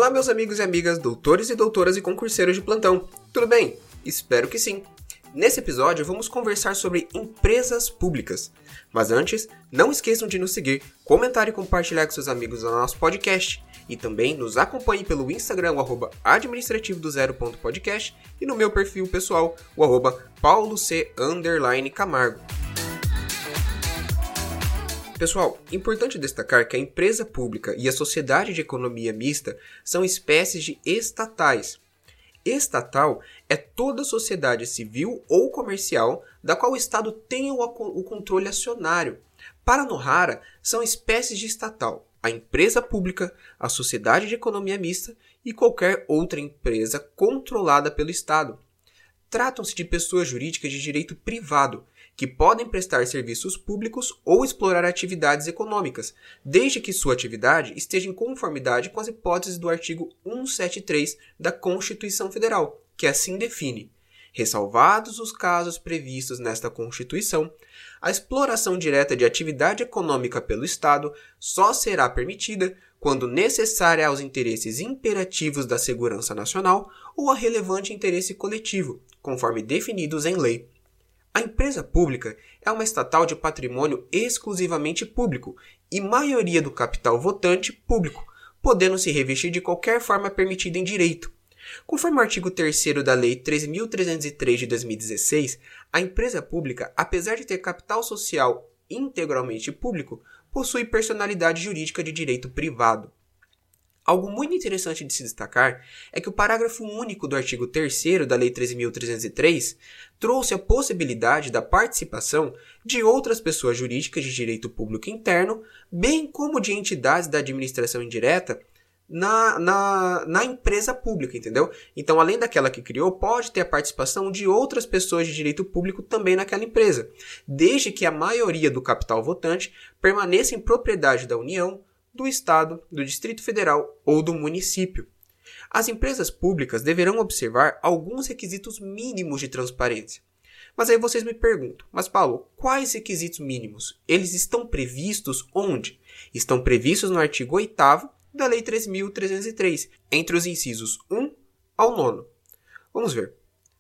Olá, meus amigos e amigas, doutores e doutoras e concurseiros de plantão. Tudo bem? Espero que sim. Nesse episódio, vamos conversar sobre empresas públicas. Mas antes, não esqueçam de nos seguir, comentar e compartilhar com seus amigos no nosso podcast. E também nos acompanhe pelo Instagram, o @administrativodozero.podcast e no meu perfil pessoal, o @pauloc_camargo. Pessoal, importante destacar que a empresa pública e a sociedade de economia mista são espécies de estatais. Estatal é toda sociedade civil ou comercial da qual o Estado tem o controle acionário. Para Nohara, são espécies de estatal, a empresa pública, a sociedade de economia mista e qualquer outra empresa controlada pelo Estado. Tratam-se de pessoas jurídicas de direito privado, que podem prestar serviços públicos ou explorar atividades econômicas, desde que sua atividade esteja em conformidade com as hipóteses do artigo 173 da Constituição Federal, que assim define: ressalvados os casos previstos nesta Constituição, a exploração direta de atividade econômica pelo Estado só será permitida quando necessária aos interesses imperativos da segurança nacional ou a relevante interesse coletivo, conforme definidos em lei. A empresa pública é uma estatal de patrimônio exclusivamente público e maioria do capital votante público, podendo se revestir de qualquer forma permitida em direito. Conforme o artigo 3º da Lei 13.303 de 2016, a empresa pública, apesar de ter capital social integralmente público, possui personalidade jurídica de direito privado. Algo muito interessante de se destacar é que o parágrafo único do artigo 3º da Lei 13.303 trouxe a possibilidade da participação de outras pessoas jurídicas de direito público interno, bem como de entidades da administração indireta na empresa pública, entendeu? Então, além daquela que criou, pode ter a participação de outras pessoas de direito público também naquela empresa, desde que a maioria do capital votante permaneça em propriedade da União, do Estado, do Distrito Federal ou do município. As empresas públicas deverão observar alguns requisitos mínimos de transparência. Mas aí vocês me perguntam, mas Paulo, quais requisitos mínimos? Eles estão previstos onde? Estão previstos no artigo 8º da Lei 13.303, entre os incisos 1 ao 9º. Vamos ver.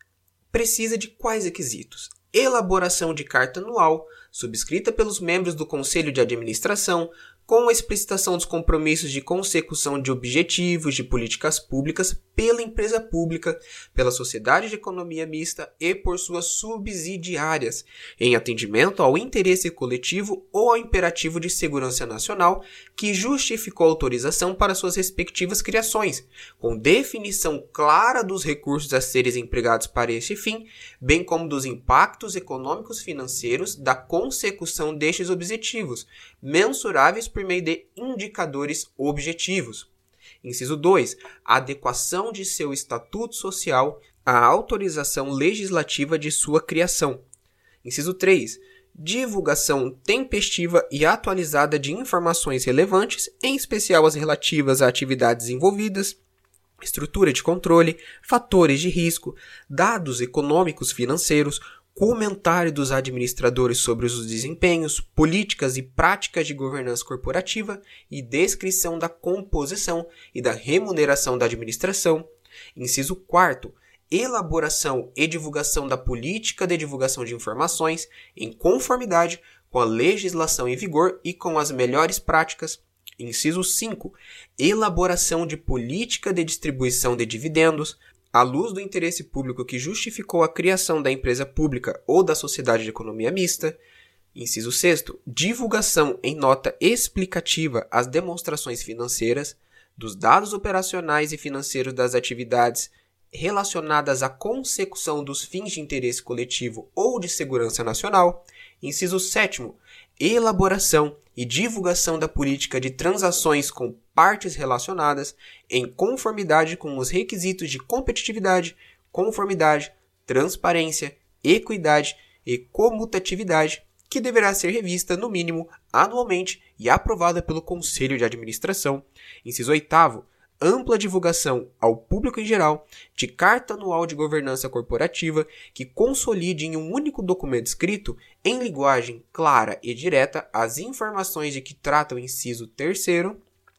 Precisa de quais requisitos? Elaboração de carta anual, subscrita pelos membros do Conselho de Administração, com a explicitação dos compromissos de consecução de objetivos de políticas públicas pela empresa pública, pela sociedade de economia mista e por suas subsidiárias, em atendimento ao interesse coletivo ou ao imperativo de segurança nacional que justificou a autorização para suas respectivas criações, com definição clara dos recursos a serem empregados para este fim, bem como dos impactos econômicos financeiros da consecução destes objetivos, mensuráveis por meio de indicadores objetivos. Inciso 2. A adequação de seu estatuto social à autorização legislativa de sua criação. Inciso 3. Divulgação tempestiva e atualizada de informações relevantes, em especial as relativas a atividades envolvidas, estrutura de controle, fatores de risco, dados econômicos financeiros, comentário dos administradores sobre os desempenhos, políticas e práticas de governança corporativa e descrição da composição e da remuneração da administração. Inciso 4º. Elaboração e divulgação da política de divulgação de informações em conformidade com a legislação em vigor e com as melhores práticas. Inciso 5. Elaboração de política de distribuição de dividendos, à luz do interesse público que justificou a criação da empresa pública ou da sociedade de economia mista. Inciso 6º. Divulgação em nota explicativa às demonstrações financeiras, dos dados operacionais e financeiros das atividades relacionadas à consecução dos fins de interesse coletivo ou de segurança nacional. Inciso 7º. Elaboração e divulgação da política de transações com partes relacionadas em conformidade com os requisitos de competitividade, conformidade, transparência, equidade e comutatividade, que deverá ser revista, no mínimo, anualmente e aprovada pelo Conselho de Administração. Inciso 8º. Ampla divulgação ao público em geral de carta anual de governança corporativa que consolide em um único documento escrito, em linguagem clara e direta, as informações de que trata o inciso 3º.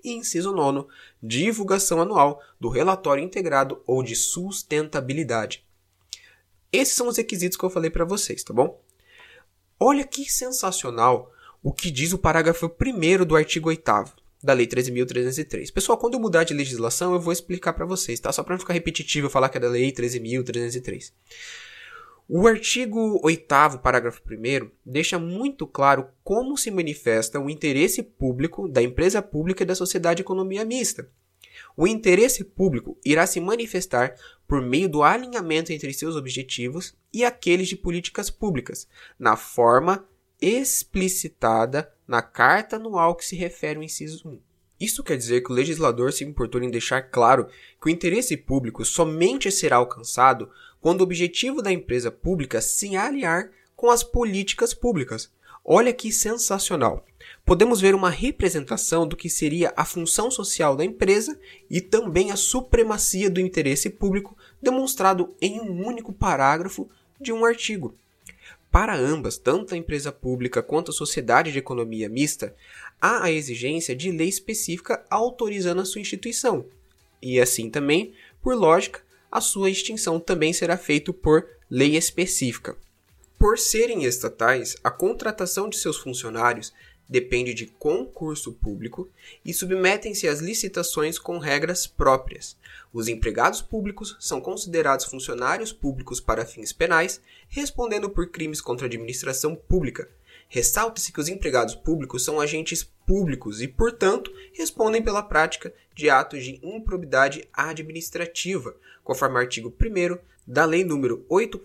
E inciso 9, divulgação anual do relatório integrado ou de sustentabilidade. Esses são os requisitos que eu falei para vocês, tá bom? Olha que sensacional o que diz o parágrafo 1º do artigo 8º da Lei 13.303. Pessoal, quando eu mudar de legislação, eu vou explicar para vocês, tá? Só para não ficar repetitivo eu falar que é da Lei 13.303. O artigo 8º, parágrafo 1º, deixa muito claro como se manifesta o interesse público da empresa pública e da sociedade de economia mista. O interesse público irá se manifestar por meio do alinhamento entre seus objetivos e aqueles de políticas públicas, na forma explicitada na Carta Anual que se refere ao inciso 1. Isso quer dizer que o legislador se importou em deixar claro que o interesse público somente será alcançado quando o objetivo da empresa pública se alinhar com as políticas públicas. Olha que sensacional! Podemos ver uma representação do que seria a função social da empresa e também a supremacia do interesse público demonstrado em um único parágrafo de um artigo. Para ambas, tanto a empresa pública quanto a sociedade de economia mista, há a exigência de lei específica autorizando a sua instituição. E assim também, por lógica, a sua extinção também será feita por lei específica. Por serem estatais, a contratação de seus funcionários depende de concurso público e submetem-se às licitações com regras próprias. Os empregados públicos são considerados funcionários públicos para fins penais, respondendo por crimes contra a administração pública. Ressalta-se que os empregados públicos são agentes públicos e, portanto, respondem pela prática de atos de improbidade administrativa, conforme o artigo 1º da Lei nº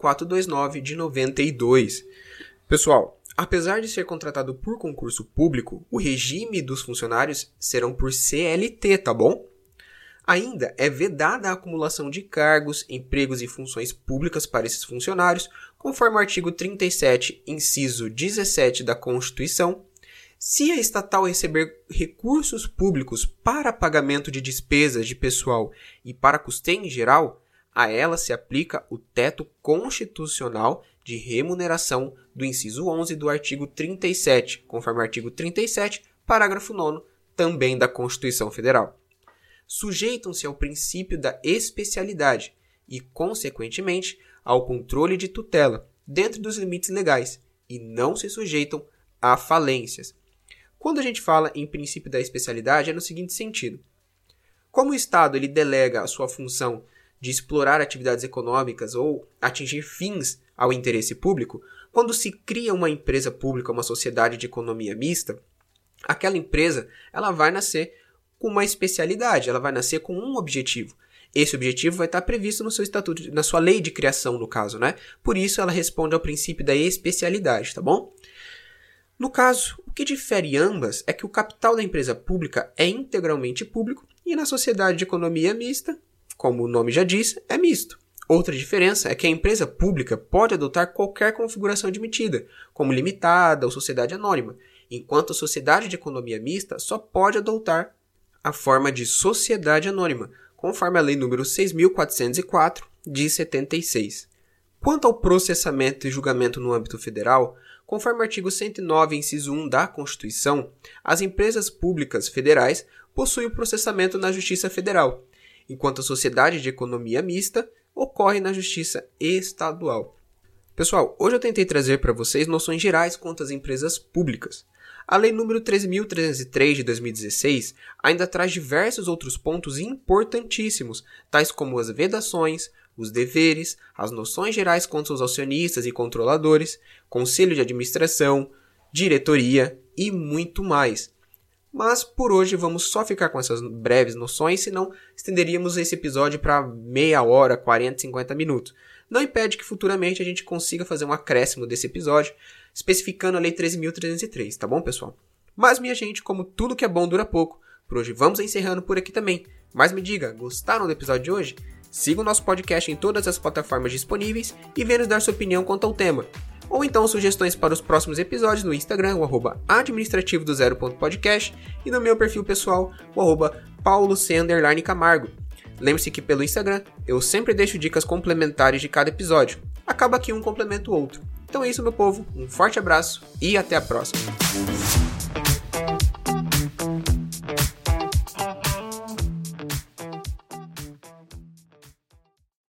8429 de 92. Pessoal, apesar de ser contratado por concurso público, o regime dos funcionários serão por CLT, tá bom? Ainda é vedada a acumulação de cargos, empregos e funções públicas para esses funcionários, conforme o artigo 37, inciso 17 da Constituição. Se a estatal receber recursos públicos para pagamento de despesas de pessoal e para custeio em geral, a ela se aplica o teto constitucional de remuneração do inciso 11 do artigo 37, conforme o artigo 37, parágrafo 9, também da Constituição Federal. Sujeitam-se ao princípio da especialidade e, consequentemente, ao controle de tutela, dentro dos limites legais, e não se sujeitam a falências. Quando a gente fala em princípio da especialidade, é no seguinte sentido. Como o Estado ele delega a sua função de explorar atividades econômicas ou atingir fins ao interesse público, quando se cria uma empresa pública, uma sociedade de economia mista, aquela empresa ela vai nascer com uma especialidade, ela vai nascer com um objetivo. Esse objetivo vai estar previsto no seu estatuto, na sua lei de criação, no caso, né? Por isso ela responde ao princípio da especialidade, tá bom? No caso, o que difere ambas é que o capital da empresa pública é integralmente público e na sociedade de economia mista, como o nome já diz, é misto. Outra diferença é que a empresa pública pode adotar qualquer configuração admitida, como limitada ou sociedade anônima, enquanto a sociedade de economia mista só pode adotar a forma de sociedade anônima, conforme a Lei nº 6.404, de 76. Quanto ao processamento e julgamento no âmbito federal, conforme o artigo 109, inciso 1 da Constituição, as empresas públicas federais possuem o processamento na Justiça Federal, enquanto a sociedade de economia mista ocorre na Justiça Estadual. Pessoal, hoje eu tentei trazer para vocês noções gerais quanto às empresas públicas. A Lei nº 13.303 de 2016 ainda traz diversos outros pontos importantíssimos, tais como as vedações, os deveres, as noções gerais quanto aos acionistas e controladores, conselho de administração, diretoria e muito mais. Mas por hoje vamos só ficar com essas breves noções, senão estenderíamos esse episódio para meia hora, 40, 50 minutos. Não impede que futuramente a gente consiga fazer um acréscimo desse episódio, especificando a Lei 13.303, tá bom, pessoal? Mas, minha gente, como tudo que é bom dura pouco, por hoje vamos encerrando por aqui também. Mas me diga, gostaram do episódio de hoje? Siga o nosso podcast em todas as plataformas disponíveis e venha nos dar sua opinião quanto ao tema. Ou então sugestões para os próximos episódios no Instagram, o @administrativo-do-zero.podcast e no meu perfil pessoal, o @pauloc_camargo. Lembre-se que pelo Instagram eu sempre deixo dicas complementares de cada episódio. Acaba que um complementa o outro. Então é isso, meu povo. Um forte abraço e até a próxima.